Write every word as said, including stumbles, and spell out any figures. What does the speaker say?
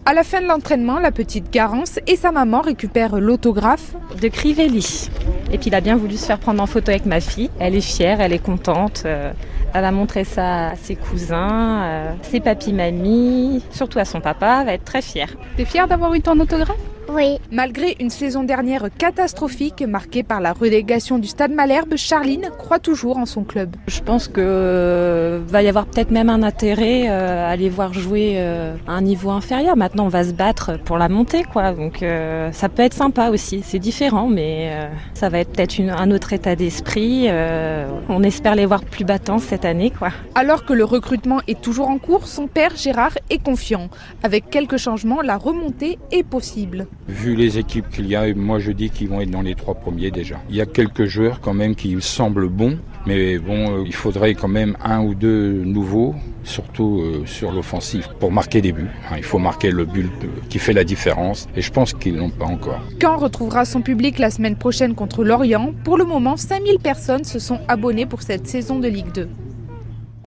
À la fin de l'entraînement, la petite Garance et sa maman récupèrent l'autographe de Crivelli. Et puis il a bien voulu se faire prendre en photo avec ma fille. Elle est fière, elle est contente. Euh, elle va montrer ça à ses cousins, euh, ses papis-mamies, surtout à son papa. Elle va être très fière. T'es fière d'avoir eu ton autographe ? Oui. Malgré une saison dernière catastrophique marquée par la relégation du Stade Malherbe, Charline croit toujours en son club. Je pense qu'il euh, va y avoir peut-être même un intérêt euh, à les voir jouer euh, à un niveau inférieur. Maintenant, on va se battre pour la montée, quoi. Donc euh, ça peut être sympa aussi. C'est différent, mais euh, ça va être peut-être une, un autre état d'esprit. Euh, on espère les voir plus battants cette année, quoi. Alors que le recrutement est toujours en cours, son père Gérard est confiant. Avec quelques changements, la remontée est possible. Vu les équipes qu'il y a, moi je dis qu'ils vont être dans les trois premiers déjà. Il y a quelques joueurs quand même qui me semblent bons, mais bon, euh, il faudrait quand même un ou deux nouveaux, surtout euh, sur l'offensive, pour marquer des buts. Hein, il faut marquer le but qui fait la différence, et je pense qu'ils ne l'ont pas encore. Caen retrouvera son public la semaine prochaine contre Lorient. Pour le moment, cinq mille personnes se sont abonnées pour cette saison de Ligue deux.